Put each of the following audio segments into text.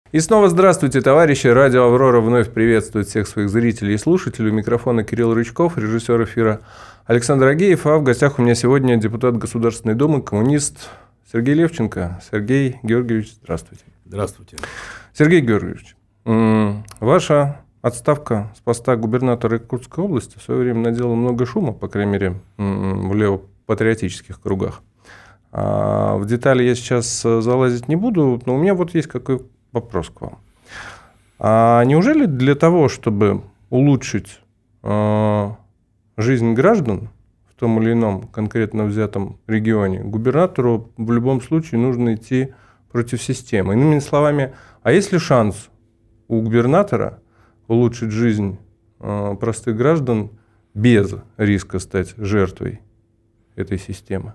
И снова здравствуйте, товарищи. Радио «Аврора» вновь приветствует всех своих зрителей и слушателей. У микрофона Кирилл Рычков, режиссер эфира Александр Агеев. А в гостях у меня сегодня депутат Государственной Думы, коммунист Сергей Левченко. Сергей Георгиевич, здравствуйте. Здравствуйте. Сергей Георгиевич, ваша отставка с поста губернатора Иркутской области в свое время наделала много шума, по крайней мере, в левопатриотических кругах. В детали я сейчас залазить не буду, но у меня вот есть какой вопрос к вам. А неужели для того, чтобы улучшить жизнь граждан в том или ином конкретно взятом регионе, губернатору в любом случае нужно идти против системы? Иными словами, а есть ли шанс у губернатора улучшить жизнь простых граждан без риска стать жертвой этой системы?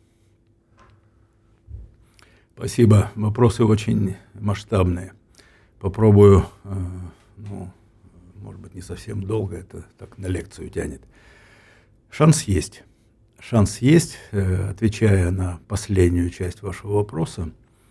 Спасибо. Вопросы очень масштабные. Попробую, может быть, не совсем долго, это так на лекцию тянет. Шанс есть. Шанс есть, отвечая на последнюю часть вашего вопроса.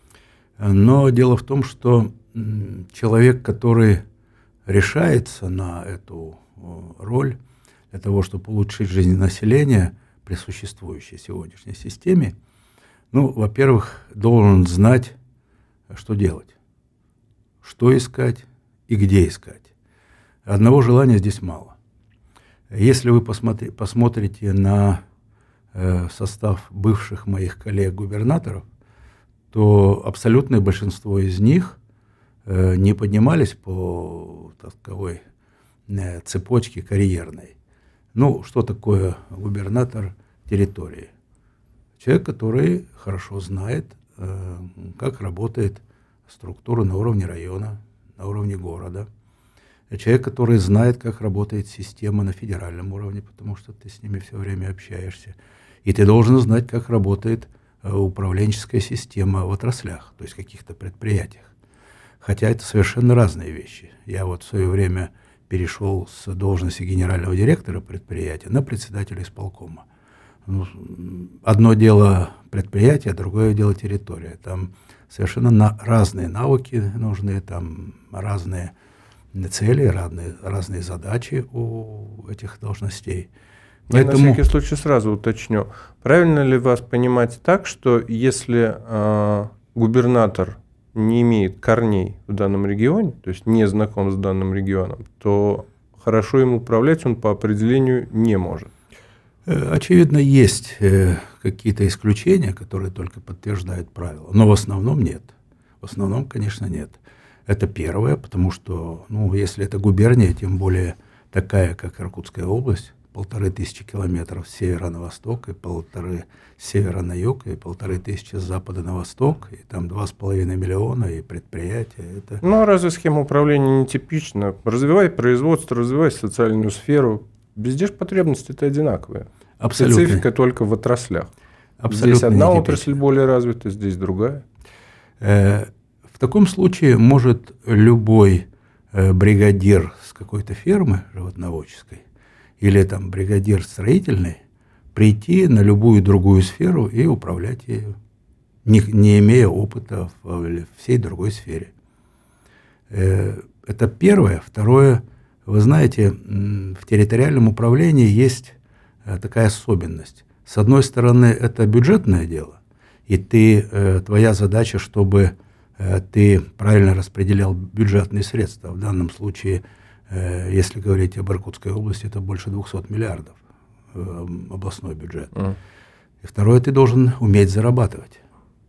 Но дело в том, что человек, который решается на эту роль для того, чтобы улучшить жизнь населения при существующей сегодняшней системе, во-первых, должен знать, что делать, что искать и где искать. Одного желания здесь мало. Если вы посмотрите на состав бывших моих коллег-губернаторов, то абсолютное большинство из них не поднимались по таковой цепочке карьерной. Что такое губернатор территории? Человек, который хорошо знает, как работает структура на уровне района, на уровне города. Человек, который знает, как работает система на федеральном уровне, потому что ты с ними все время общаешься. И ты должен знать, как работает управленческая система в отраслях, то есть в каких-то предприятиях. Хотя это совершенно разные вещи. Я в свое время перешел с должности генерального директора предприятия на председателя исполкома. Одно дело предприятие, другое дело территория. Там совершенно разные навыки нужны, там разные цели, разные задачи у этих должностей. Поэтому... Я на всякий случай сразу уточню. Правильно ли вас понимать так, что если губернатор не имеет корней в данном регионе, то есть не знаком с данным регионом, то хорошо им управлять он по определению не может? Очевидно, есть какие-то исключения, которые только подтверждают правила, но в основном нет. В основном, конечно, нет. Это первое, потому что, если это губерния, тем более такая, как Иркутская область, 1500 километров с севера на восток, и 1500 с севера на юг, и 1500 с запада на восток, и там 2,5 миллиона, и предприятия. Это... разве схема управления нетипична? Развивай производство, развивай социальную сферу. Везде же потребности-то одинаковые. Абсолютно. Специфика только в отраслях. Абсолютно здесь одна нетипично. Отрасль более развита, здесь другая. В таком случае может любой бригадир с какой-то фермы животноводческой или там бригадир строительный прийти на любую другую сферу и управлять ею, не имея опыта в всей другой сфере. Это первое. Второе. Вы знаете, в территориальном управлении есть такая особенность. С одной стороны, это бюджетное дело, и твоя задача, чтобы ты правильно распределял бюджетные средства. В данном случае, если говорить об Иркутской области, это больше 200 миллиардов областной бюджет. И второе, ты должен уметь зарабатывать.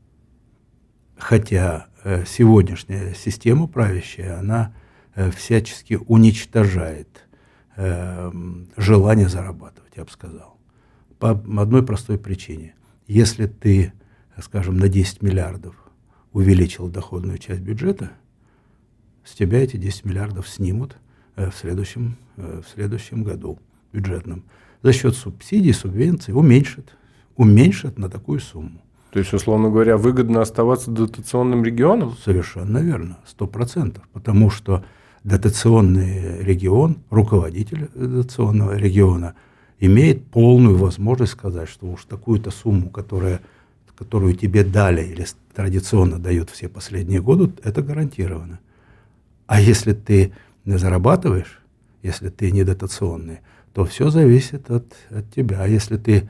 Хотя сегодняшняя система правящая, она всячески уничтожает желание зарабатывать, я бы сказал. По одной простой причине. Если ты, скажем, на 10 миллиардов увеличил доходную часть бюджета, с тебя эти 10 миллиардов снимут в следующем году бюджетном. За счет субсидий, субвенций уменьшат на такую сумму. То есть, условно говоря, выгодно оставаться дотационным регионом? Совершенно верно, 100%. Потому что дотационный регион, руководитель дотационного региона имеет полную возможность сказать, что уж такую-то сумму, которая которую тебе дали или традиционно дают все последние годы, это гарантировано. А если ты зарабатываешь, если ты не дотационный, то все зависит от тебя. А если ты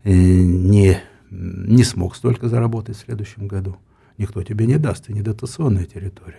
не смог столько заработать в следующем году, никто тебе не даст, ты не дотационная территория.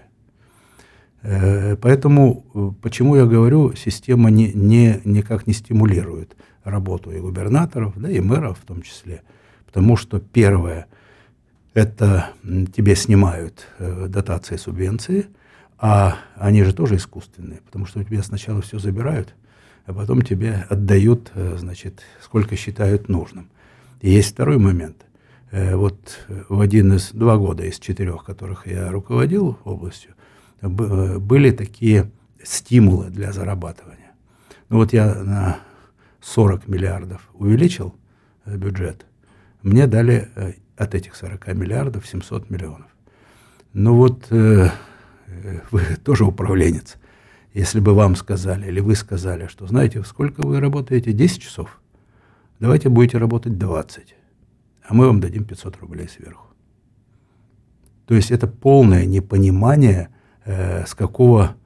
Поэтому, почему я говорю, система никак не стимулирует работу и губернаторов, да и мэров в том числе. Потому что первое, это тебе снимают дотации, субвенции, а они же тоже искусственные, потому что у тебя сначала все забирают, а потом тебе отдают, значит, сколько считают нужным. И есть второй момент. Вот в 2 года из 4, которых я руководил областью, были такие стимулы для зарабатывания. Ну вот я на 40 миллиардов увеличил бюджет, мне дали от этих 40 миллиардов 700 миллионов. Ну вот вы тоже управленец. Если бы вам сказали, или вы сказали, что, знаете, сколько вы работаете? 10 часов? Давайте будете работать 20, а мы вам дадим 500 рублей сверху. То есть это полное непонимание, с какого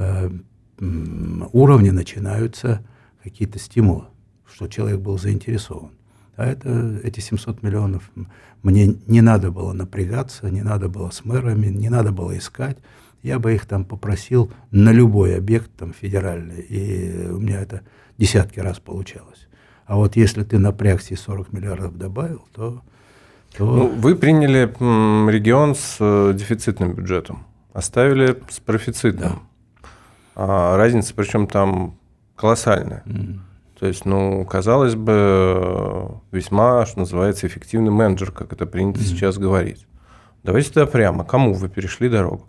уровня начинаются какие-то стимулы, что человек был заинтересован. А эти 700 миллионов мне не надо было напрягаться, не надо было с мэрами, не надо было искать. Я бы их там попросил на любой объект там, федеральный, и у меня это десятки раз получалось. А вот если ты напрягся и 40 миллиардов добавил, то... Ну, вы приняли регион с дефицитным бюджетом, оставили с профицитным. Да. А разница, причем там колоссальная. То есть, ну, казалось бы, весьма, что называется, эффективный менеджер, как это принято сейчас говорить. Давайте тогда прямо. Кому вы перешли дорогу?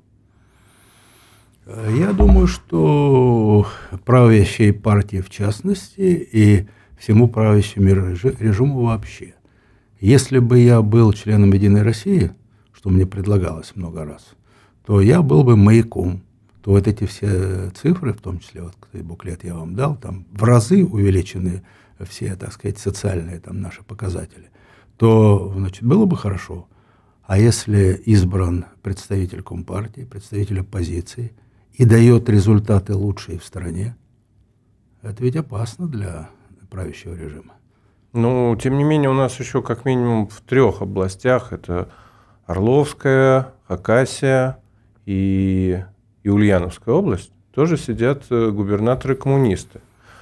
Я думаю, что правящей партии в частности и всему правящему режиму вообще. Если бы я был членом «Единой России», что мне предлагалось много раз, то я был бы маяком. То вот эти все цифры, в том числе вот буклет я вам дал, там в разы увеличены все, так сказать, социальные там наши показатели, то, значит, было бы хорошо. А если избран представитель Компартии, представитель оппозиции и дает результаты лучшие в стране, это ведь опасно для правящего режима. Ну, тем не менее, у нас еще как минимум в 3 областях, это Орловская, Хакасия и Ульяновская область, тоже сидят губернаторы-коммунисты.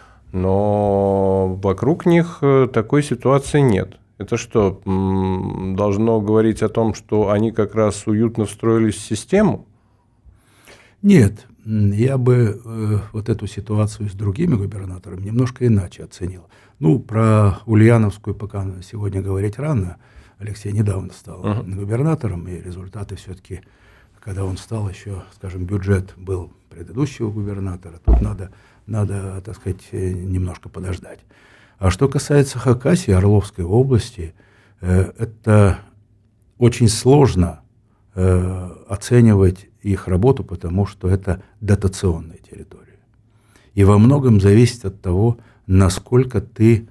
Но вокруг них такой ситуации нет. Это что, должно говорить о том, что они как раз уютно встроились в систему? Нет, я бы вот эту ситуацию с другими губернаторами немножко иначе оценил. Ну, про Ульяновскую пока сегодня говорить рано. Алексей недавно стал губернатором, и результаты все-таки, когда он стал, еще, скажем, бюджет был предыдущего губернатора. Тут надо, так сказать, немножко подождать. А что касается Хакасии, Орловской области, это очень сложно оценивать их работу, потому что это дотационная территория. И во многом зависит от того, насколько ты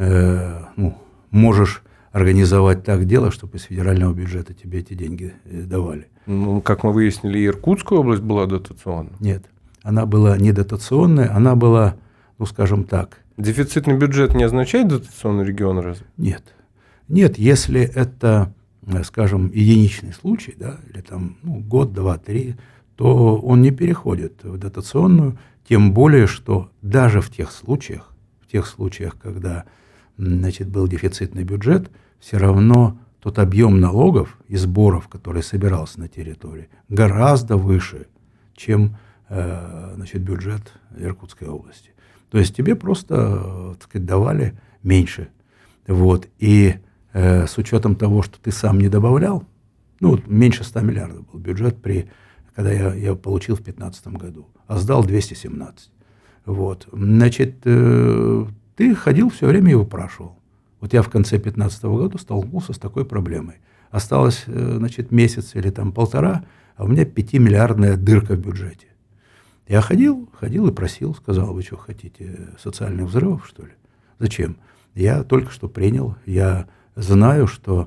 можешь организовать так дело, чтобы из федерального бюджета тебе эти деньги давали. Ну, как мы выяснили, Иркутская область была дотационной? Нет, она была не дотационная, она была, ну, скажем так... Дефицитный бюджет не означает дотационный регион разве? Нет. Нет, если это, скажем, единичный случай, да, или там год, 2, 3, то он не переходит в дотационную, тем более, что даже в тех случаях, когда, значит, был дефицитный бюджет, все равно тот объем налогов и сборов, который собирался на территории, гораздо выше, чем, значит, бюджет Иркутской области. То есть тебе просто, так сказать, давали меньше. Вот. И с учетом того, что ты сам не добавлял, меньше 100 миллиардов был бюджет, когда я получил в 2015 году, а сдал 217. Вот. Значит, ты ходил все время и выпрашивал. Вот я в конце 2015 года столкнулся с такой проблемой. Осталось, значит, месяц или там 1,5, а у меня 5-миллиардная дырка в бюджете. Я ходил и просил, сказал: вы что, хотите социальных взрывов, что ли? Зачем? Я только что принял, я знаю, что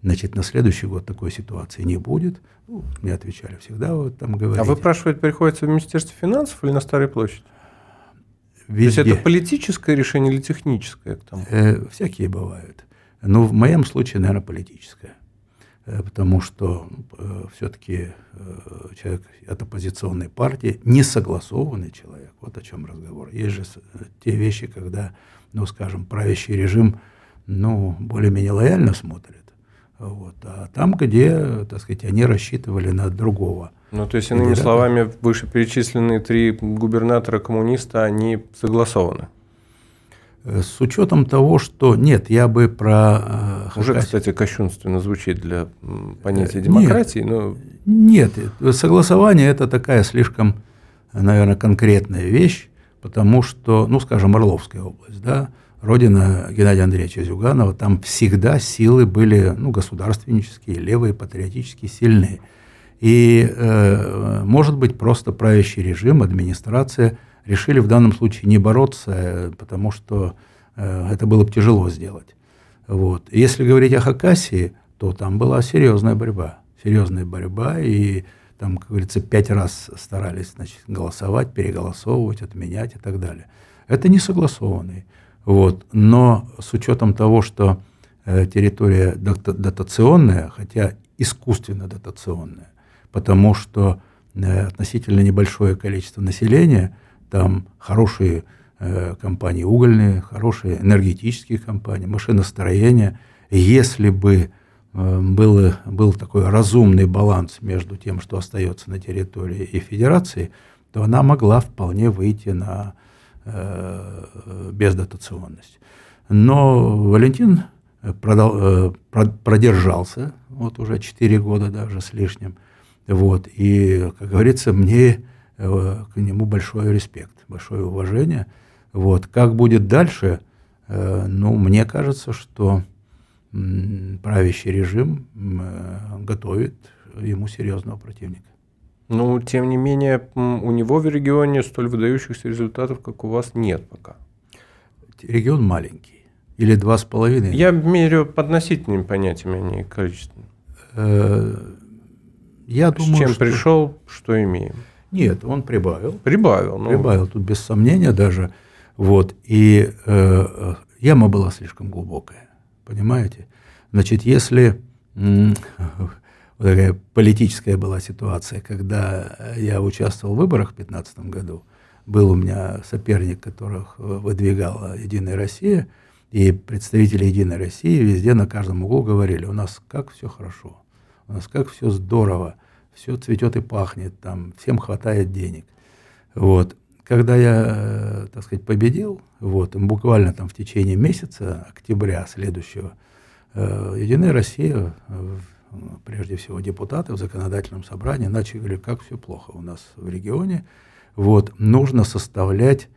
Значит, на следующий год такой ситуации не будет. Ну, мне отвечали всегда, вот там говорите. А выпрашивать приходится в Министерстве финансов или на Старой площади? Везде. То есть это политическое решение или техническое? Всякие бывают. Но в моем случае, наверное, политическое. Потому что все-таки человек от оппозиционной партии, несогласованный человек, вот о чем разговор. Есть же те вещи, когда, ну, скажем, правящий режим, ну, более-менее лояльно смотрит. Вот. А там, где, так сказать, они рассчитывали на другого. Ну, то есть, иными словами, вышеперечисленные 3 губернатора-коммуниста, они согласованы? С учетом того, что... Нет, я бы про... Уже, кстати, кощунственно звучит для понятия демократии. Нет, согласование – это такая слишком, наверное, конкретная вещь, потому что, ну, скажем, Орловская область, да, родина Геннадия Андреевича Зюганова, там всегда силы были, ну, государственнические, левые, патриотические, сильные. И, может быть, просто правящий режим, администрация решили в данном случае не бороться, потому что это было бы тяжело сделать. Вот. Если говорить о Хакасии, то там была серьезная борьба, и там, как говорится, 5 раз старались, значит, голосовать, переголосовывать, отменять и так далее. Это не согласованные. Вот. Но с учетом того, что территория дотационная, хотя искусственно дотационная, потому что относительно небольшое количество населения, там хорошие компании угольные, хорошие энергетические компании, машиностроение. Если бы был такой разумный баланс между тем, что остается на территории и федерации, то она могла вполне выйти на бездотационность. Но Валентин продержался вот уже 4 года даже с лишним. Вот. И, как говорится, мне к нему большой респект, большое уважение. Вот. Как будет дальше, ну, мне кажется, что правящий режим готовит ему серьезного противника. Ну, тем не менее, у него в регионе столь выдающихся результатов, как у вас, нет пока. Регион маленький. Или 2,5. Я меряю относительными понятиями, а не количественными. Я думаю, с чем пришел, что имеем. Нет, он прибавил. Прибавил, тут без сомнения даже. Вот. И яма была слишком глубокая. Понимаете? Значит, если вот такая политическая была ситуация, когда я участвовал в выборах в 2015 году, был у меня соперник, которых выдвигала «Единая Россия», и представители «Единой России» везде на каждом углу говорили: у нас как все хорошо, у нас как все здорово, все цветет и пахнет, там, всем хватает денег. Вот. Когда я, так сказать, победил, вот, буквально там в течение месяца, октября следующего, «Единая Россия», прежде всего депутаты в законодательном собрании, начали говорить, как все плохо у нас в регионе. Вот, нужно составлять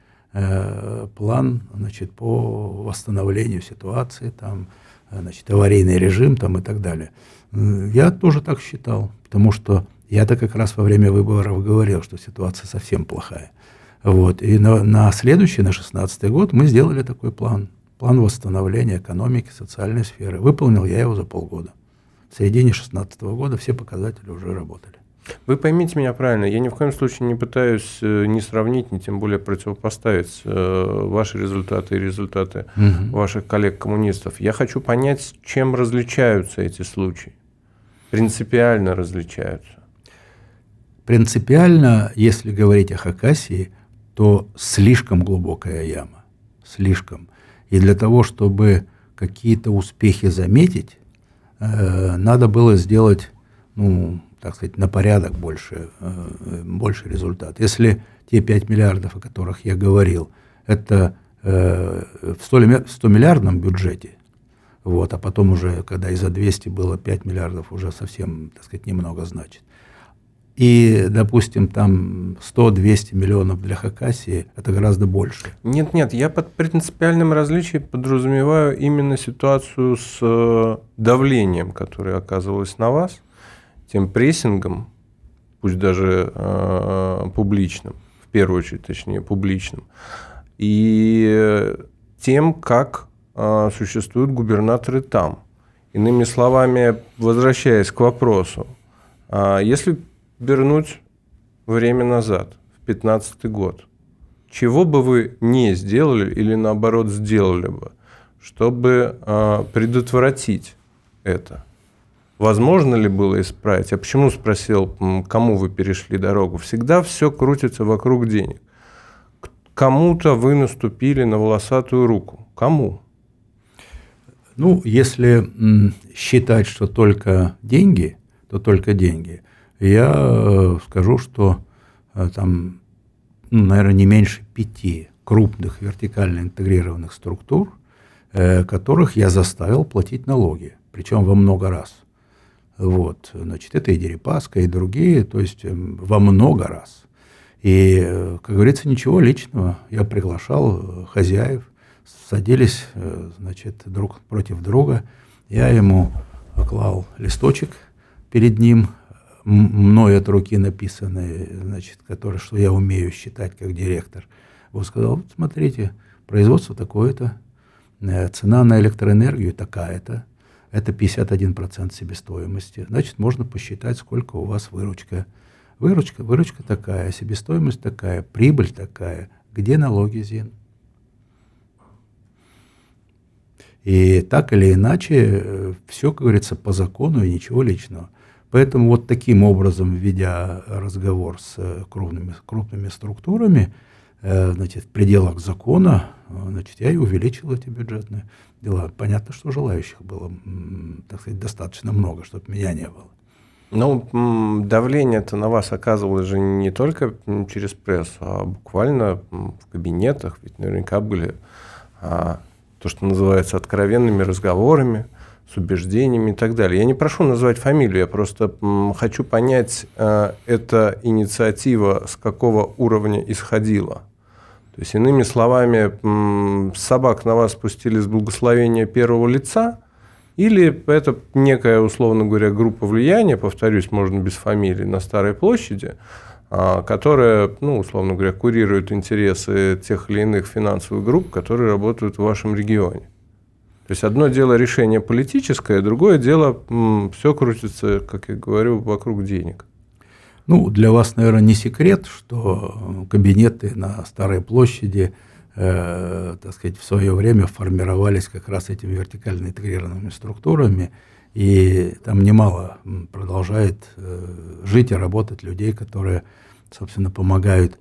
план, значит, по восстановлению ситуации, там, значит, аварийный режим там, и так далее. Я тоже так считал, потому что я-то как раз во время выборов говорил, что ситуация совсем плохая. Вот. И на следующий, на 2016 год мы сделали такой план восстановления экономики, социальной сферы. Выполнил я его за полгода. В середине 2016 года все показатели уже работали. Вы поймите меня правильно, я ни в коем случае не пытаюсь ни сравнить, ни тем более противопоставить ваши результаты и результаты ваших коллег-коммунистов. Я хочу понять, чем различаются эти случаи. Принципиально различаются. Принципиально, если говорить о Хакасии, то слишком глубокая яма. Слишком. И для того, чтобы какие-то успехи заметить, надо было сделать, ну, так сказать, на порядок больше результат. Если те 5 миллиардов, о которых я говорил, это в 100-миллиардном бюджете, вот, а потом уже, когда и за 200 было 5 миллиардов, уже совсем, так сказать, немного значит. И, допустим, там 100-200 миллионов для Хакасии – это гораздо больше. Нет, я под принципиальным различием подразумеваю именно ситуацию с давлением, которое оказывалось на вас, тем прессингом, пусть даже публичным, в первую очередь, точнее, публичным, и тем, как существуют губернаторы там. Иными словами, возвращаясь к вопросу, если вернуть время назад, в 2015 год, чего бы вы не сделали или, наоборот, сделали бы, чтобы предотвратить это? Возможно ли было исправить? Я почему спросил, кому вы перешли дорогу? Всегда все крутится вокруг денег. Кому-то вы наступили на волосатую руку. Кому? Ну, если считать, что только деньги, то только деньги. Я скажу, что там, наверное, не меньше 5 крупных вертикально интегрированных структур, которых я заставил платить налоги, причем во много раз. Вот, значит, это и Дерипаска, и другие, то есть во много раз. И, как говорится, ничего личного. Я приглашал хозяев, садились, значит, друг против друга. Я ему клал листочек перед ним, мной от руки написанный, значит, который, что я умею считать как директор. Он сказал: вот смотрите, производство такое-то, цена на электроэнергию такая-то, это 51% себестоимости. Значит, можно посчитать, сколько у вас выручка. Выручка такая, себестоимость такая, прибыль такая. Где налоги, Зин? И так или иначе, все, как говорится, по закону и ничего личного. Поэтому вот таким образом, ведя разговор с крупными структурами, значит, в пределах закона, значит, я и увеличил эти бюджетные дела. Понятно, что желающих было, так сказать, достаточно много, чтобы меня не было. Ну, давление-то на вас оказывалось же не только через прессу, а буквально в кабинетах. Ведь наверняка были то, что называется откровенными разговорами, с убеждениями и так далее. Я не прошу называть фамилию, я просто хочу понять, эта инициатива с какого уровня исходила. То есть, иными словами, собак на вас спустили с благословения первого лица, или это некая, условно говоря, группа влияния, повторюсь, можно без фамилии, на Старой площади, которая, ну, условно говоря, курирует интересы тех или иных финансовых групп, которые работают в вашем регионе. То есть, одно дело решение политическое, другое дело все крутится, как я говорю, вокруг денег. Ну, для вас, наверное, не секрет, что кабинеты на Старой площади, так сказать, в свое время формировались как раз этими вертикально интегрированными структурами, и там немало продолжает жить и работать людей, которые, собственно, помогают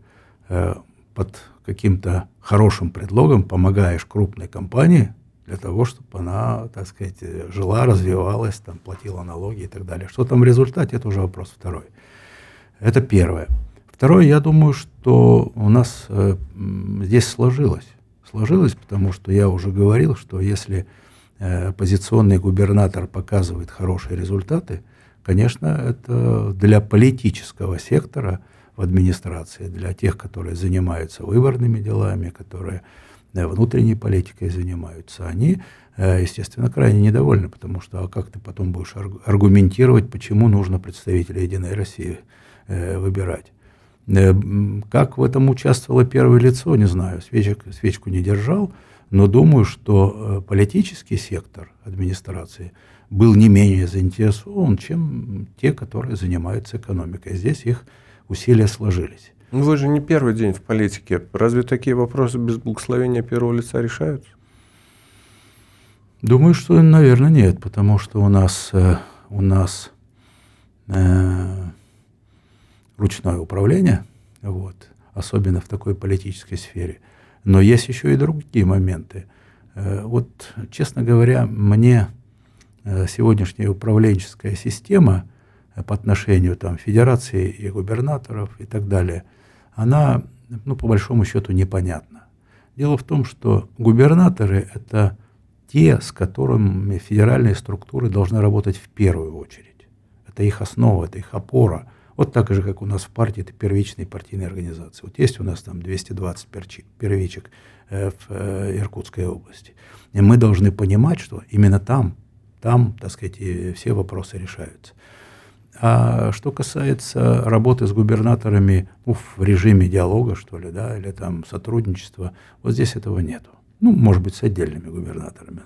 под каким-то хорошим предлогом, помогаешь крупной компании для того, чтобы она, так сказать, жила, развивалась, там, платила налоги и так далее. Что там в результате, это уже вопрос второй. Это первое. Второе, я думаю, что у нас здесь сложилось. Сложилось, потому что я уже говорил, что если оппозиционный губернатор показывает хорошие результаты, конечно, это для политического сектора в администрации, для тех, которые занимаются выборными делами, которые внутренней политикой занимаются, они, естественно, крайне недовольны, потому что а как ты потом будешь аргументировать, почему нужно представителей «Единой России» выбирать. Как в этом участвовало первое лицо, не знаю, свечку не держал, но думаю, что политический сектор администрации был не менее заинтересован, чем те, которые занимаются экономикой. Здесь их усилия сложились. Ну, вы же не первый день в политике. Разве такие вопросы без благословения первого лица решаются? Думаю, что, наверное, нет, потому что у нас ручное управление, вот, особенно в такой политической сфере. Но есть еще и другие моменты. Вот, честно говоря, мне сегодняшняя управленческая система по отношению там, федерации и губернаторов и так далее, она, ну, по большому счету, непонятна. Дело в том, что губернаторы – это те, с которыми федеральные структуры должны работать в первую очередь. Это их основа, это их опора. Вот так же, как у нас в партии, это первичные партийные организации. Вот есть у нас там 220 первичек в Иркутской области. И мы должны понимать, что именно там, так сказать, и все вопросы решаются. А что касается работы с губернаторами, ну, в режиме диалога, что ли, да, или там сотрудничества, вот здесь этого нету. Ну, может быть, с отдельными губернаторами.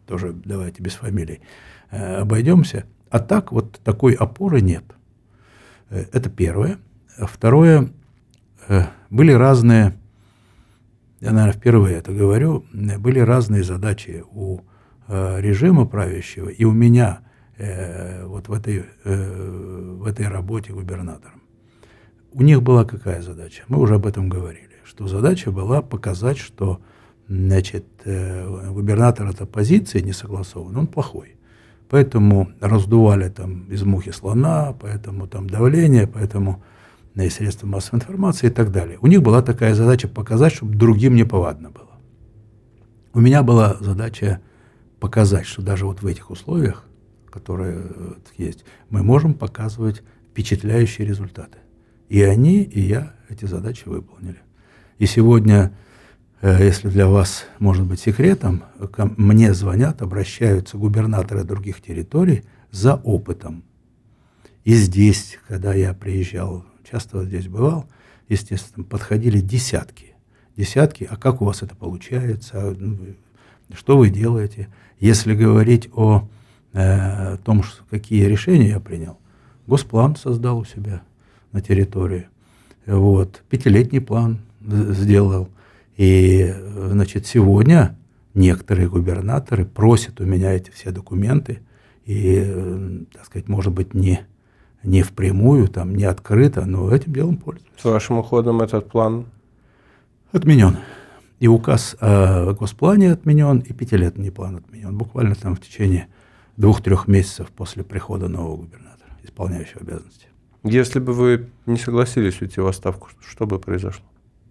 тоже давайте без фамилий обойдемся. А так вот такой опоры нет. Это первое. Второе, были разные, я, наверное, впервые это говорю, были разные задачи у режима правящего и у меня вот в этой работе губернатором. У них была какая задача? Мы уже об этом говорили, что задача была показать, что, значит, губернатор от оппозиции не согласован, он плохой. Поэтому раздували там из мухи слона, поэтому там давление, поэтому средства массовой информации и так далее. У них была такая задача показать, чтобы другим неповадно было. У меня была задача показать, что даже вот в этих условиях, которые есть, мы можем показывать впечатляющие результаты. И они, и я эти задачи выполнили. И сегодня, если для вас может быть секретом, мне звонят, обращаются губернаторы других территорий за опытом. И здесь, когда я приезжал, часто вот здесь бывал, естественно, подходили десятки, а как у вас это получается, что вы делаете. Если говорить о том, какие решения я принял, госплан создал у себя на территории, вот, 5-летний план сделал. И, значит, сегодня некоторые губернаторы просят у меня эти все документы, и, так сказать, может быть, не впрямую, там, не открыто, но этим делом пользуются. С вашим уходом этот план отменен. И указ о госплане отменен, и 5-летний план отменен. Буквально там в течение 2-3 месяцев после прихода нового губернатора, исполняющего обязанности. Если бы вы не согласились уйти в отставку, что бы произошло?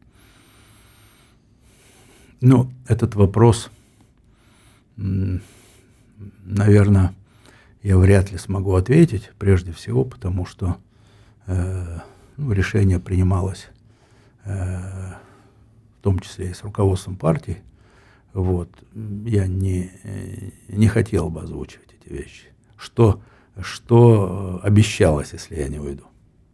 Ну, этот вопрос, наверное, я вряд ли смогу ответить, прежде всего, потому что решение принималось в том числе и с руководством партии. Вот. Я не хотел бы озвучивать эти вещи. Что обещалось, если я не уйду?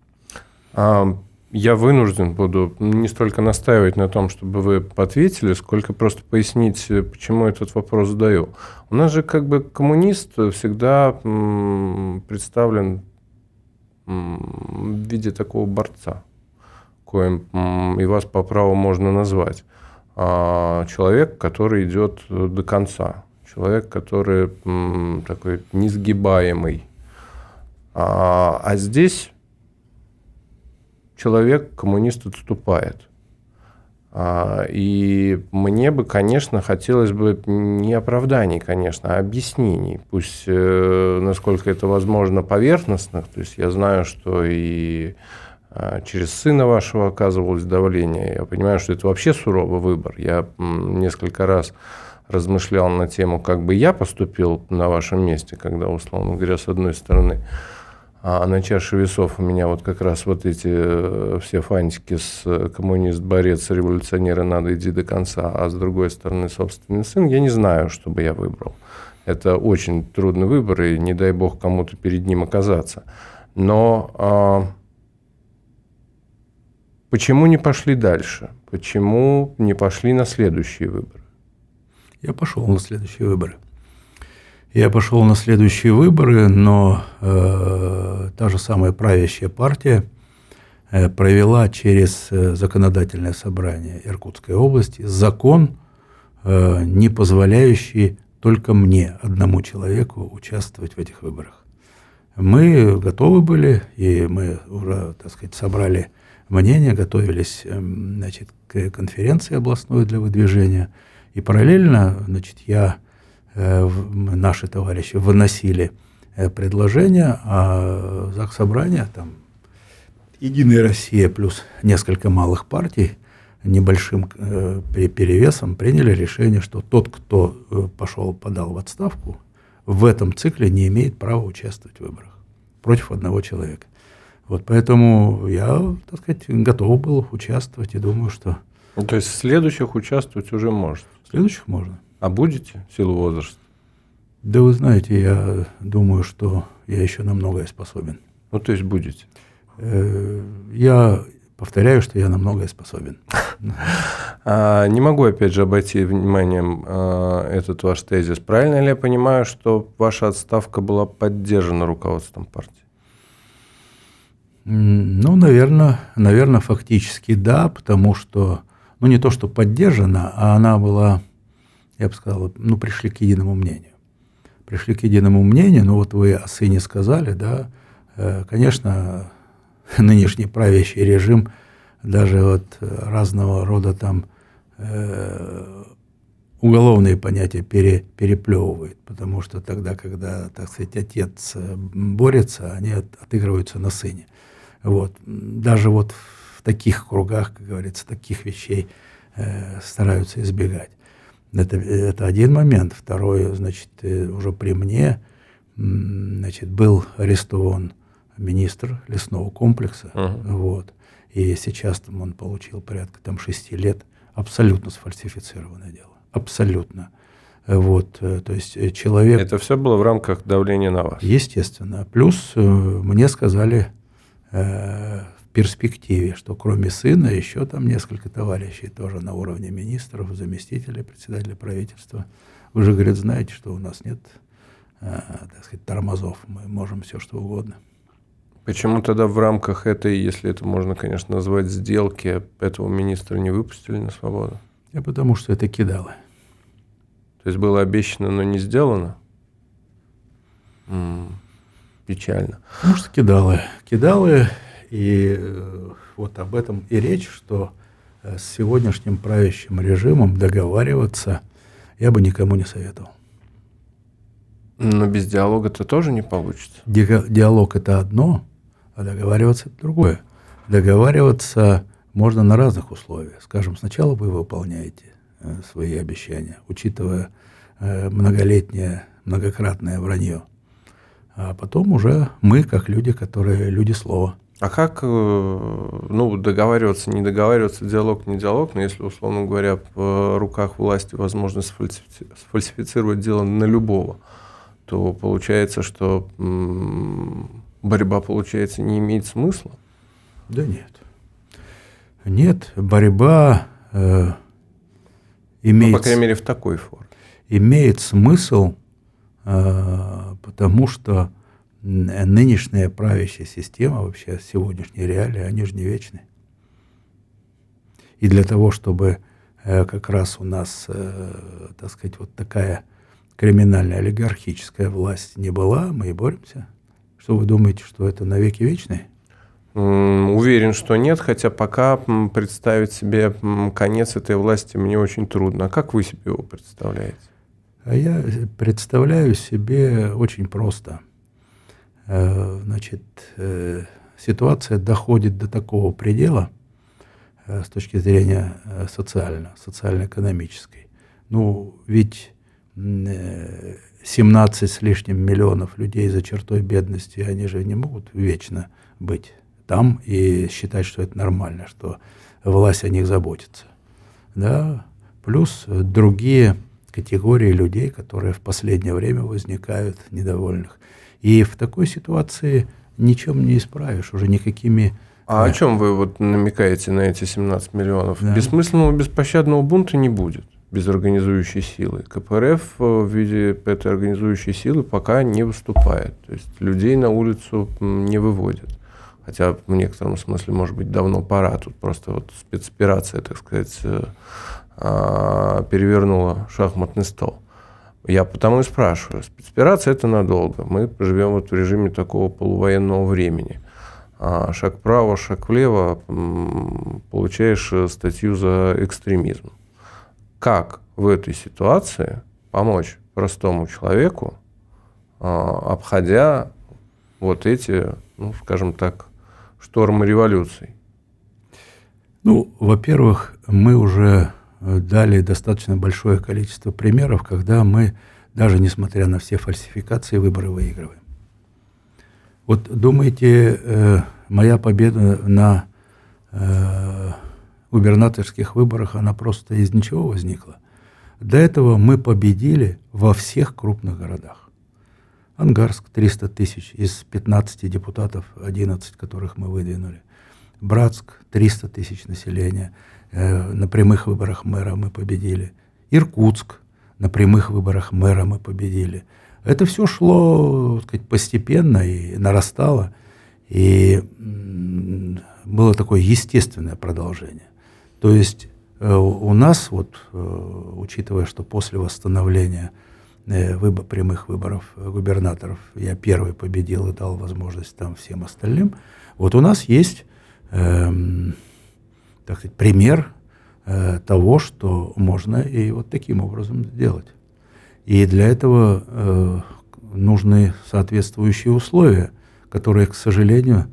Я вынужден буду не столько настаивать на том, чтобы вы ответили, сколько просто пояснить, почему этот вопрос задаю. У нас же как бы коммунист всегда представлен в виде такого борца, коим и вас по праву можно назвать. Человек, который идет до конца. Человек, который такой несгибаемый. А здесь человек, коммунист, отступает. И мне бы, конечно, хотелось бы не оправданий, конечно, а объяснений. Пусть, насколько это возможно, поверхностных. То есть я знаю, что и через сына вашего оказывалось давление. Я понимаю, что это вообще суровый выбор. Я несколько раз размышлял на тему, как бы я поступил на вашем месте, когда, условно говоря, с одной стороны, на чаше весов у меня вот как раз вот эти все фантики с коммунист, борец, революционеры, надо идти до конца, а с другой стороны собственный сын, я не знаю, что бы я выбрал. Это очень трудный выбор, и не дай бог кому-то перед ним оказаться. Но почему не пошли дальше? Почему не пошли на следующие выборы? Я пошел на следующие выборы. Но та же самая правящая партия провела через законодательное собрание Иркутской области закон, не позволяющий только мне, одному человеку, участвовать в этих выборах. Мы готовы были, и мы уже, так сказать, собрали мнение, готовились, значит, к конференции областной для выдвижения. И параллельно, значит, наши товарищи выносили предложения, а Заксобрание, там, Единая Россия плюс несколько малых партий небольшим перевесом приняли решение, что тот, кто подал в отставку, в этом цикле не имеет права участвовать в выборах против одного человека. Вот поэтому я, так сказать, готов был участвовать и думаю, что... То есть в следующих участвовать уже можете? В следующих можно. А будете в силу возраста? Да вы знаете, я думаю, что я еще на многое способен. Ну, то есть будете? Я повторяю, что я на многое способен. Не могу, опять же, обойти вниманием этот ваш тезис. Правильно ли я понимаю, что ваша отставка была поддержана руководством партии? Ну, наверное, фактически да, потому что, ну, не то, что поддержана, а она была, я бы сказал, ну, пришли к единому мнению. Пришли к единому мнению, ну, вот вы о сыне сказали, да, конечно, нынешний правящий режим даже вот разного рода там уголовные понятия переплевывает, потому что тогда, когда, так сказать, отец борется, они отыгрываются на сыне. Вот. Даже вот в таких кругах, как говорится, таких вещей стараются избегать. Это один момент. Второй, значит, уже при мне, значит, был арестован министр лесного комплекса, вот, и сейчас там он получил порядка там 6 лет. Абсолютно сфальсифицированное дело. Абсолютно. Вот, то есть человек... Это все было в рамках давления на вас? Естественно. Плюс мне сказали в перспективе, что кроме сына еще там несколько товарищей тоже на уровне министров, заместителей, председателя правительства. Вы же, говорят, знаете, что у нас нет, так сказать, тормозов. Мы можем все, что угодно. Почему тогда в рамках этой, если это можно, конечно, назвать сделки, этого министра не выпустили на свободу? Потому что это кидало. То есть было обещано, но не сделано? Печально. Потому что кидало, и вот об этом и речь, что с сегодняшним правящим режимом договариваться я бы никому не советовал. Но без диалога-то тоже не получится. Диалог – это одно, а договариваться – это другое. Договариваться можно на разных условиях. Скажем, сначала вы выполняете свои обещания, учитывая многолетнее, многократное вранье. А потом уже мы, как люди, которые люди слова. А как, ну, договариваться, не договариваться, диалог, не диалог, но если, условно говоря, в руках власти возможность сфальсифицировать дело на любого, то получается, что борьба, получается, не имеет смысла? Да нет. Нет, борьба имеет... Ну, по крайней мере, в такой форме. Имеет смысл, потому что нынешняя правящая система, вообще сегодняшние реалии, они же не вечны. И для того, чтобы как раз у нас, так сказать, вот такая криминальная олигархическая власть не была, мы и боремся. Что вы думаете, что это навеки вечные? Уверен, что нет, хотя пока представить себе конец этой власти мне очень трудно. А как вы себе его представляете? А я представляю себе очень просто. Значит, ситуация доходит до такого предела с точки зрения социально-экономической. Ну, ведь 17 с лишним миллионов людей за чертой бедности, они же не могут вечно быть там и считать, что это нормально, что власть о них заботится. Да? Плюс другие категории людей, которые в последнее время возникают недовольных. И в такой ситуации ничем не исправишь, уже никакими... А о чем вы вот намекаете на эти 17 миллионов? Да. Бессмысленного, беспощадного бунта не будет без организующей силы. КПРФ в виде этой организующей силы пока не выступает. То есть людей на улицу не выводят. Хотя в некотором смысле, может быть, давно пора. Тут просто вот спецоперация, так сказать, перевернула шахматный стол. Я потому и спрашиваю. Спецоперация – это надолго. Мы живем вот в режиме такого полувоенного времени. Шаг вправо, шаг влево, получаешь статью за экстремизм. Как в этой ситуации помочь простому человеку, обходя вот эти, ну, скажем так, штормы революций? Ну, во-первых, мы уже дали достаточно большое количество примеров, когда мы, даже несмотря на все фальсификации, выборы выигрываем. Вот думаете, моя победа на губернаторских выборах, она просто из ничего возникла? До этого мы победили во всех крупных городах. Ангарск 300 тысяч, из 15 депутатов 11, которых мы выдвинули. Братск 300 тысяч населения. На прямых выборах мэра мы победили. Иркутск на прямых выборах мэра мы победили. Это все шло, так сказать, постепенно и нарастало. И было такое естественное продолжение. То есть у нас, вот, учитывая, что после восстановления прямых выборов губернаторов я первый победил и дал возможность там всем остальным, вот у нас есть, так сказать, пример того, что можно и вот таким образом сделать. И для этого нужны соответствующие условия, которые, к сожалению,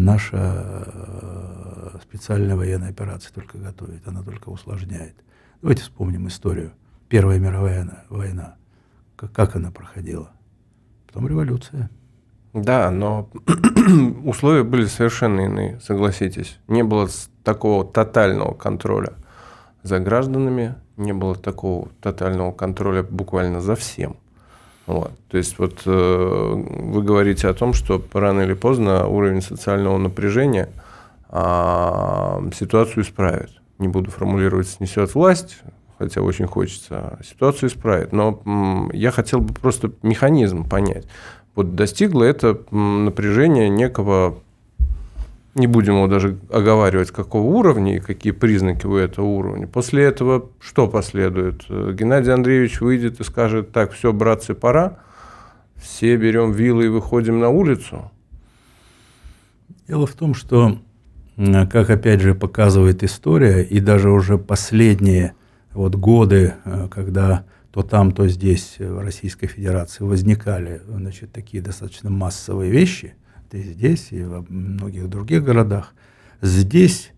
наша специальная военная операция только готовит, она только усложняет. Давайте вспомним историю. Первая мировая война. Как она проходила? Потом революция. Да, но условия были совершенно иные, согласитесь. Не было такого тотального контроля за гражданами, не было такого тотального контроля буквально за всем. Вот. То есть вот вы говорите о том, что рано или поздно уровень социального напряжения ситуацию исправит. Не буду формулировать «снесет власть», хотя очень хочется, ситуацию исправит. Но я хотел бы просто механизм понять. Вот достигло это напряжение некого, не будем его даже оговаривать, какого уровня и какие признаки у этого уровня. После этого что последует? Геннадий Андреевич выйдет и скажет: так, все, братцы, пора, все берем вилы и выходим на улицу? Дело в том, что, как опять же показывает история, и даже уже последние вот годы, когда то там, то здесь в Российской Федерации возникали, значит, такие достаточно массовые вещи, и здесь, и во многих других городах, здесь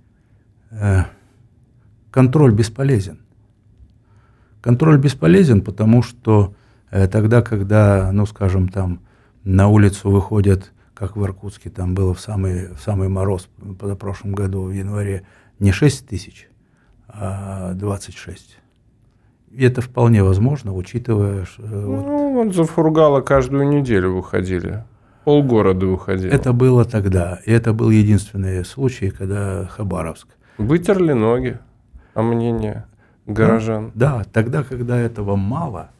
контроль бесполезен. Контроль бесполезен, потому что тогда, когда, ну, скажем, там на улицу выходят, как в Иркутске, там было в самый мороз позапрошлом году, в январе, не 6 тысяч, а 26. И это вполне возможно, учитывая... Вот за Фургала каждую неделю выходили. Полгорода выходило. Это было тогда. И это был единственный случай, когда Хабаровск. Вытерли ноги, а мнение горожан. Да, тогда, когда этого мало,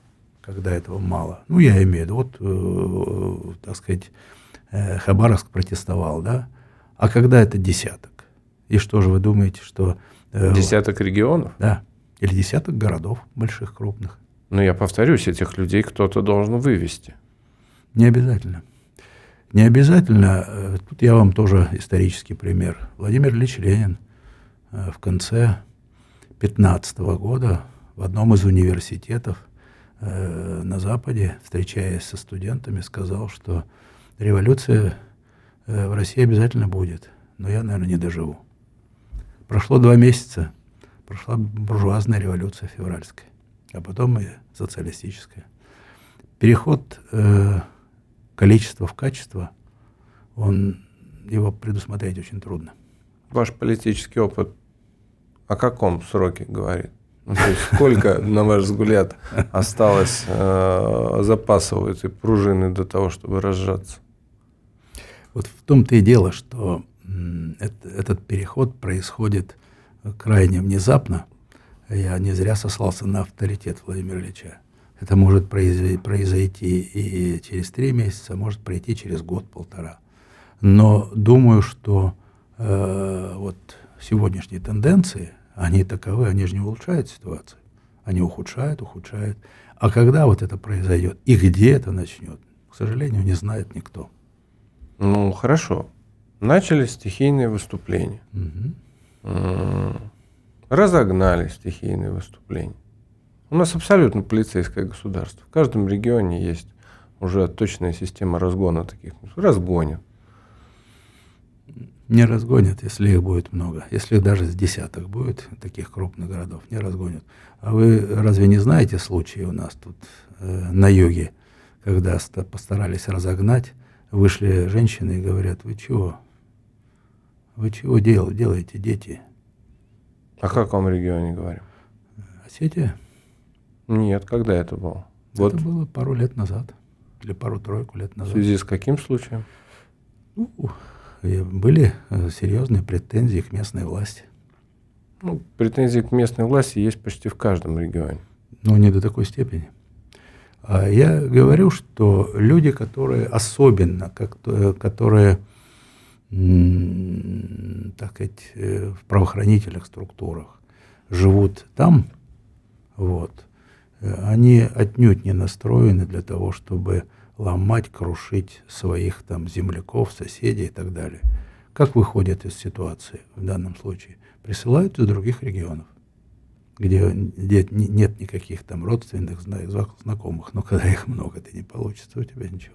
ну, я имею в виду, вот, так сказать, Хабаровск протестовал, да, а когда это десяток. И что же вы думаете, что... Десяток регионов? Да, или десяток городов больших, крупных. Но я повторюсь, этих людей кто-то должен вывести. Не обязательно. Не обязательно. Тут я вам тоже исторический пример. Владимир Ильич Ленин в конце 15 года в одном из университетов на Западе, встречаясь со студентами, сказал, что революция в России обязательно будет, но я, наверное, не доживу. Прошло 2 месяца, прошла буржуазная революция февральская, а потом и социалистическая. Переход количества в качество, его предусмотреть очень трудно. Ваш политический опыт о каком сроке говорит? Ну, то есть сколько, на ваш взгляд, осталось запасов этой пружины до того, чтобы разжаться? Вот в том-то и дело, что этот переход происходит крайне внезапно. Я не зря сослался на авторитет Владимира Ильича. Это может произойти и через 3 месяца, может пройти через год-полтора. Но думаю, что вот сегодняшние тенденции, они таковы, они же не улучшают ситуацию. Они ухудшают. А когда вот это произойдет и где это начнет, к сожалению, не знает никто. Ну, хорошо. Начались стихийные выступления. Разогнали стихийные выступления. У нас абсолютно полицейское государство. В каждом регионе есть уже точная система разгона таких. Разгонят. Не разгонят, если их будет много. Если их даже с десяток будет, таких крупных городов, не разгонят. А вы разве не знаете случаи у нас тут на юге, когда постарались разогнать, вышли женщины и говорят: вы чего? Вы чего делаете, дети? О каком регионе говорим? Осетия? Нет, когда это было? Это было пару лет назад. Или пару-тройку лет назад. В связи с каким случаем? были серьезные претензии к местной власти. Ну, претензии к местной власти есть почти в каждом регионе. Но не до такой степени. А я говорю, что люди, которые особенно, которые, так сказать, в правоохранительных структурах живут там, вот, они отнюдь не настроены для того, чтобы ломать, крушить своих там земляков, соседей и так далее. Как выходят из ситуации в данном случае? Присылают из других регионов, где нет никаких там родственных, знакомых, но когда их много, это не получится у тебя ничего.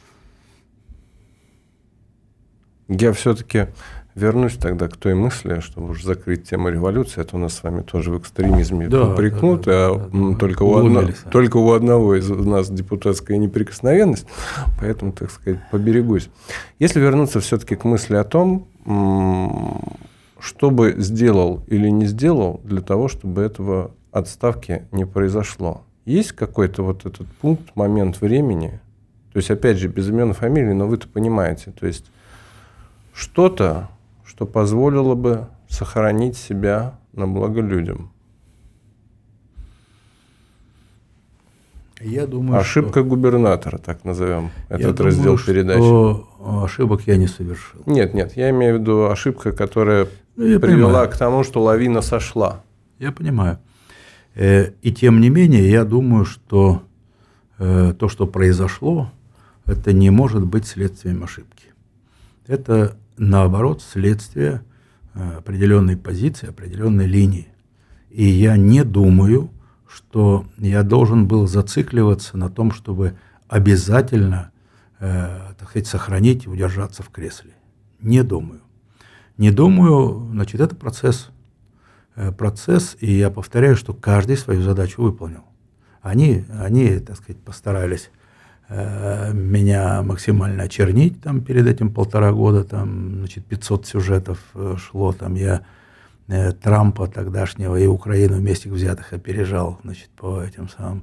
Я все-таки вернусь тогда к той мысли, чтобы уже закрыть тему революции, а то нас с вами тоже в экстремизме упрекнут, только у одного из нас депутатская неприкосновенность, поэтому, так сказать, поберегусь. Если вернуться все-таки к мысли о том, что бы сделал или не сделал для того, чтобы этого отставки не произошло. Есть какой-то вот этот пункт, момент времени, то есть, опять же, без имен и фамилий, но вы-то понимаете, то есть, что-то, что позволило бы сохранить себя на благо людям. Я думаю, ошибка губернатора, так назовем этот раздел передачи. Ошибок я не совершил. Нет, я имею в виду ошибка, которая привела к тому, что лавина сошла. Я понимаю. И тем не менее, я думаю, что то, что произошло, это не может быть следствием ошибки. Это, наоборот, следствие определенной позиции, определенной линии. И я не думаю, что я должен был зацикливаться на том, чтобы обязательно, так сказать, сохранить и удержаться в кресле. Не думаю. Не думаю, значит, это процесс. Процесс, и я повторяю, что каждый свою задачу выполнил. Они, так сказать, постарались меня максимально очернить там перед этим 1,5 года, там, значит, 500 сюжетов шло, там я Трампа тогдашнего и Украину вместе взятых опережал, значит, по этим самым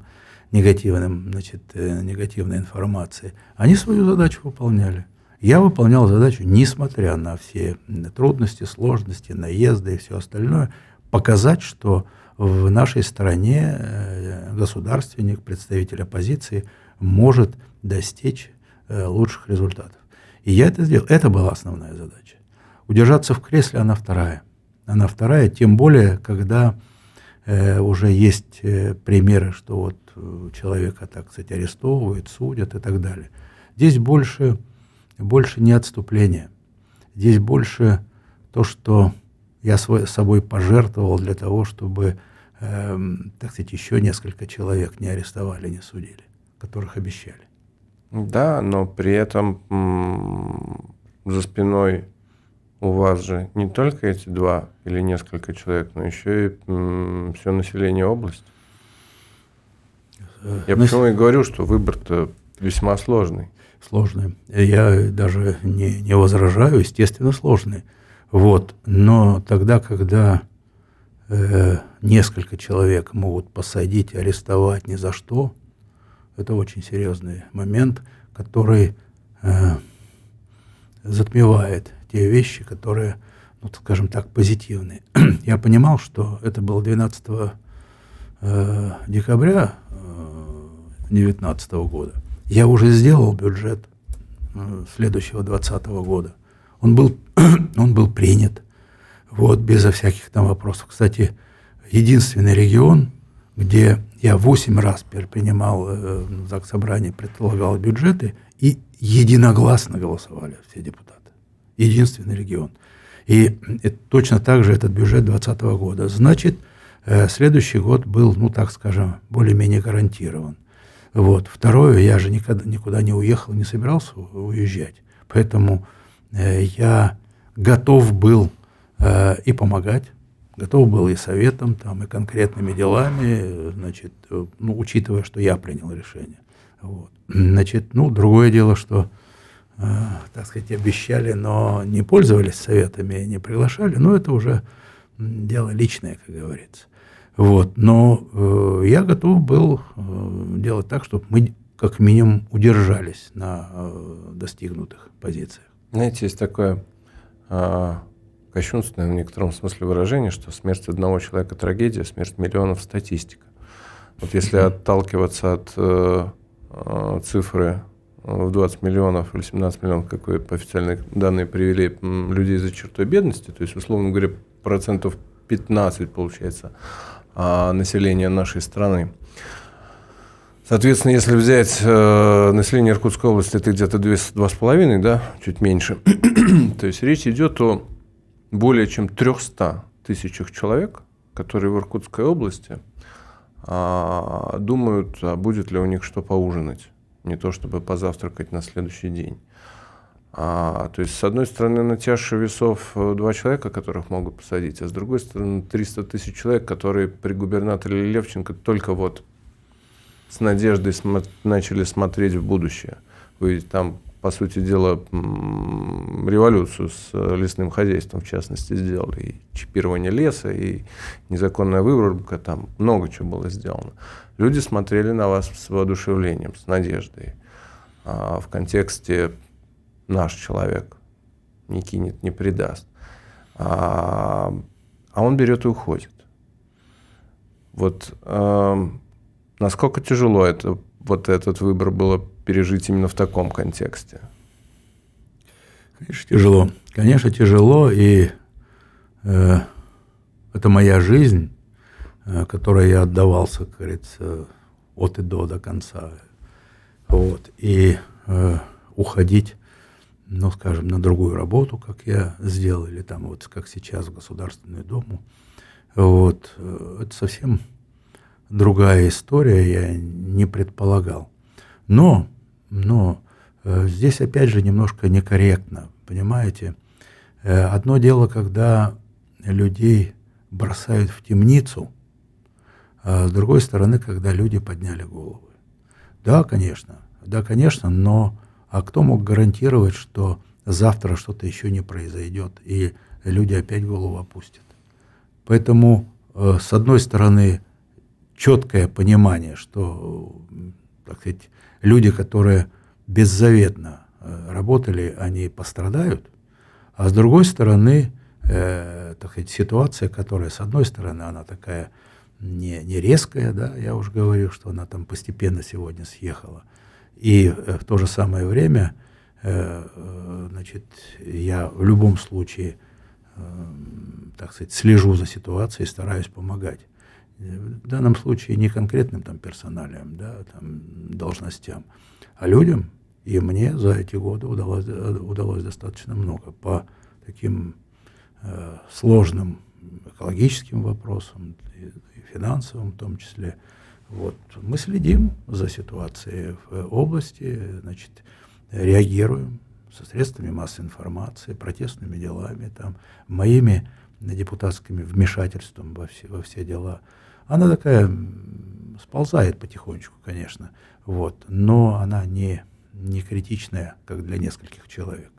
негативной информации. Они свою задачу выполняли. Я выполнял задачу, несмотря на все трудности, сложности, наезды и все остальное, показать, что в нашей стране государственник, представитель оппозиции может достичь лучших результатов. И я это сделал. Это была основная задача. Удержаться в кресле, она вторая. Она вторая, тем более, когда уже есть примеры, что вот человека, так сказать, арестовывают, судят и так далее. Здесь больше не отступление. Здесь больше то, что я собой пожертвовал для того, чтобы, так сказать, еще несколько человек не арестовали, не судили, которых обещали. Да, но при этом за спиной у вас же не только эти 2 или несколько человек, но еще и все население области. Я почему и говорю, что выбор-то весьма сложный. Сложный. Я даже не возражаю, естественно, сложный. Вот. Но тогда, когда несколько человек могут посадить, арестовать ни за что, это очень серьезный момент, который затмевает те вещи, которые, ну, скажем так, позитивные. Я понимал, что это было 12 декабря 2019 года. Я уже сделал бюджет следующего 2020 года. Он был принят, вот, безо всяких там вопросов. Кстати, единственный регион, где я 8 раз принимал в Заксобрании, предлагал бюджеты, и единогласно голосовали все депутаты. Единственный регион. И точно так же этот бюджет 2020 года. Значит, следующий год был, ну так скажем, более-менее гарантирован. Вот. Второе, я же никуда не уехал, не собирался уезжать. Поэтому я готов был и помогать, готов был и советом, там, и конкретными делами, значит, ну, учитывая, что я принял решение. Вот. Значит, ну, другое дело, что, так сказать, обещали, но не пользовались советами, не приглашали, но это уже дело личное, как говорится. Вот. Но я готов был делать так, чтобы мы как минимум удержались на достигнутых позициях. Знаете, есть такое кощунственное в некотором смысле выражение, что смерть одного человека – трагедия, смерть миллионов – статистика. Вот если отталкиваться от цифры в 20 миллионов или 17 миллионов, как вы по официальные данные привели, людей за чертой бедности, то есть, условно говоря, 15% получается населения нашей страны. Соответственно, если взять население Иркутской области, это где-то 2,5, да, чуть меньше, то есть речь идет о более чем 300 тысячах человек, которые в Иркутской области думают, а будет ли у них что поужинать, не то чтобы позавтракать на следующий день. То есть, с одной стороны, на чаше весов 2 человека, которых могут посадить, а с другой стороны, 300 тысяч человек, которые при губернаторе Левченко только вот с надеждой начали смотреть в будущее. Вы там, по сути дела, революцию с лесным хозяйством, в частности, сделали. И чипирование леса, и незаконная вырубка, там много чего было сделано. Люди смотрели на вас с воодушевлением, с надеждой. В контексте «наш человек не кинет, не предаст». А он берет и уходит. Вот насколько тяжело вот этот выбор было пережить именно в таком контексте? Конечно, тяжело. Конечно, тяжело, и это моя жизнь, которой я отдавался, как говорится, от и до конца. Вот. И уходить, ну, скажем, на другую работу, как я сделал, или там вот как сейчас в Государственную Думу, вот, это совсем другая история, я не предполагал. Но здесь опять же немножко некорректно, понимаете? Одно дело, когда людей бросают в темницу, а с другой стороны, когда люди подняли головы. Да, конечно, но кто мог гарантировать, что завтра что-то еще не произойдет, и люди опять голову опустят? Поэтому, с одной стороны, четкое понимание, что, так сказать, люди, которые беззаветно работали, они пострадают, а с другой стороны, так сказать, ситуация, которая, с одной стороны, она такая не резкая, да, я уже говорил, что она там постепенно сегодня съехала, и в то же самое время, значит, я в любом случае, так сказать, слежу за ситуацией, стараюсь помогать. В данном случае не конкретным там персоналиям, да, там, должностям, а людям. И мне за эти годы удалось достаточно много по таким сложным экологическим вопросам, и финансовым в том числе. Вот. Мы следим за ситуацией в области, значит, реагируем со средствами массовой информации, протестными делами, там, моими депутатскими вмешательством во все дела. Она такая сползает потихонечку, конечно, вот, но она не критичная, как для нескольких человек.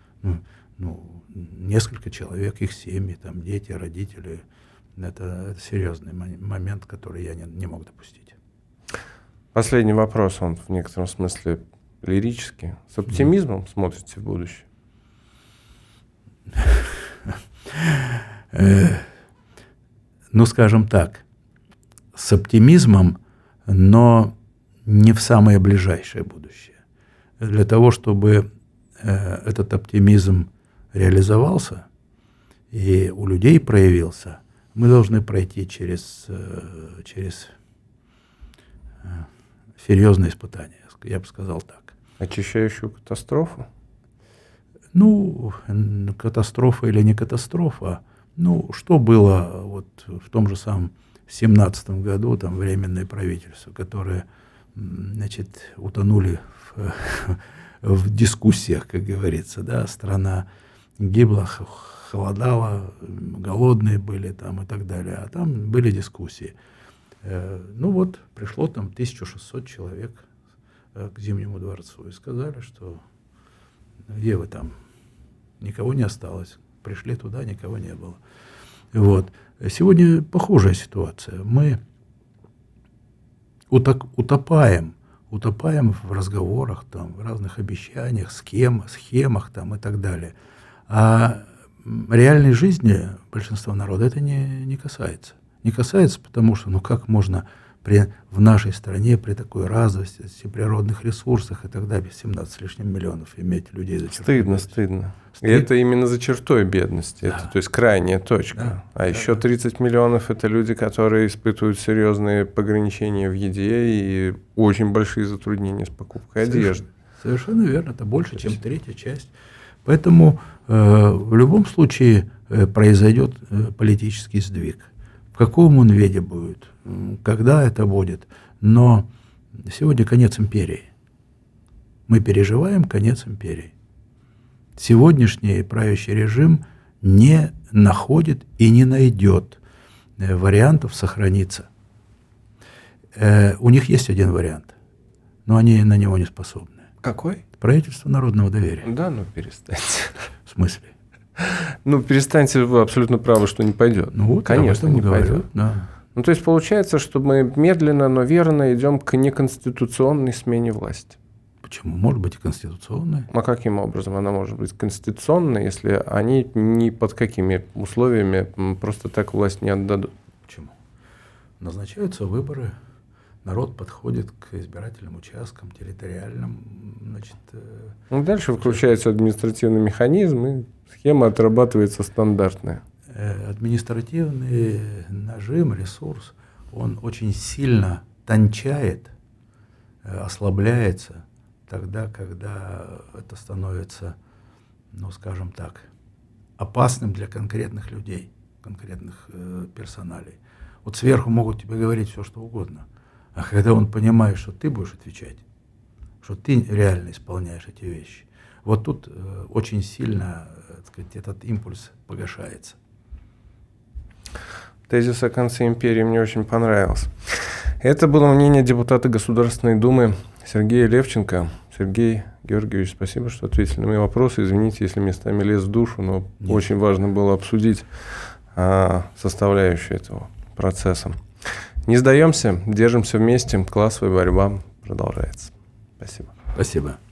Несколько человек, их семьи, там, дети, родители, это серьезный момент, который я не мог допустить. Последний вопрос, он в некотором смысле лирический. С оптимизмом смотрите в будущее? Ну, скажем так, с оптимизмом, но не в самое ближайшее будущее. Для того, чтобы этот оптимизм реализовался и у людей проявился, мы должны пройти через серьезные испытания, я бы сказал так. Очищающую катастрофу? Ну, катастрофа или не катастрофа. Ну, что было вот в том же самом 2017 году, там, временное правительство, которое, значит, утонули в дискуссиях, как говорится, да, страна гибла, холодала, голодные были там и так далее, а там были дискуссии. Ну вот, пришло там 1600 человек к Зимнему дворцу и сказали, что где вы там, никого не осталось, пришли туда, никого не было. Вот. Сегодня похожая ситуация. Мы утопаем в разговорах, там, в разных обещаниях, схемах там, и так далее. А реальной жизни большинства народа это не касается. Не касается, потому что, как можно в нашей стране при такой развитости природных ресурсах и так далее, 17 с лишним миллионов иметь людей за чертой бедности. Стыдно. И это именно за чертой бедности. Да. Это, то есть, крайняя точка. Да. Еще 30 миллионов – это люди, которые испытывают серьезные ограничения в еде и очень большие затруднения с покупкой одежды. Совершенно верно. Это больше, чем третья часть. Поэтому в любом случае произойдет политический сдвиг. В каком он виде будет, когда это будет. Но сегодня конец империи. Мы переживаем конец империи. Сегодняшний правящий режим не находит и не найдет вариантов сохраниться. У них есть один вариант, но они на него не способны. Какой? Правительство народного доверия. Да, перестаньте. В смысле? Перестаньте, вы абсолютно правы, что не пойдет. Конечно, не пойдет. Да. То есть получается, что мы медленно, но верно идем к неконституционной смене власти. Почему? Может быть и конституционной. А каким образом она может быть конституционной, если они ни под какими условиями просто так власть не отдадут? Почему? Назначаются выборы, народ подходит к избирательным участкам, территориальным. Дальше включается административный механизм, и схема отрабатывается стандартная. Административный нажим, ресурс, он очень сильно тончает, ослабляется тогда, когда это становится, скажем так, опасным для конкретных людей, конкретных персоналей. Вот сверху могут тебе говорить все, что угодно, а когда он понимает, что ты будешь отвечать, что ты реально исполняешь эти вещи, вот тут очень сильно, этот импульс погашается. Тезис о конце империи мне очень понравился. Это было мнение депутата Государственной Думы Сергея Левченко. Сергей Георгиевич, спасибо, что ответили на мои вопросы. Извините, если местами лез в душу, но нет, очень важно было обсудить составляющую этого процесса. Не сдаемся, держимся вместе. Классовая борьба продолжается. Спасибо. Спасибо.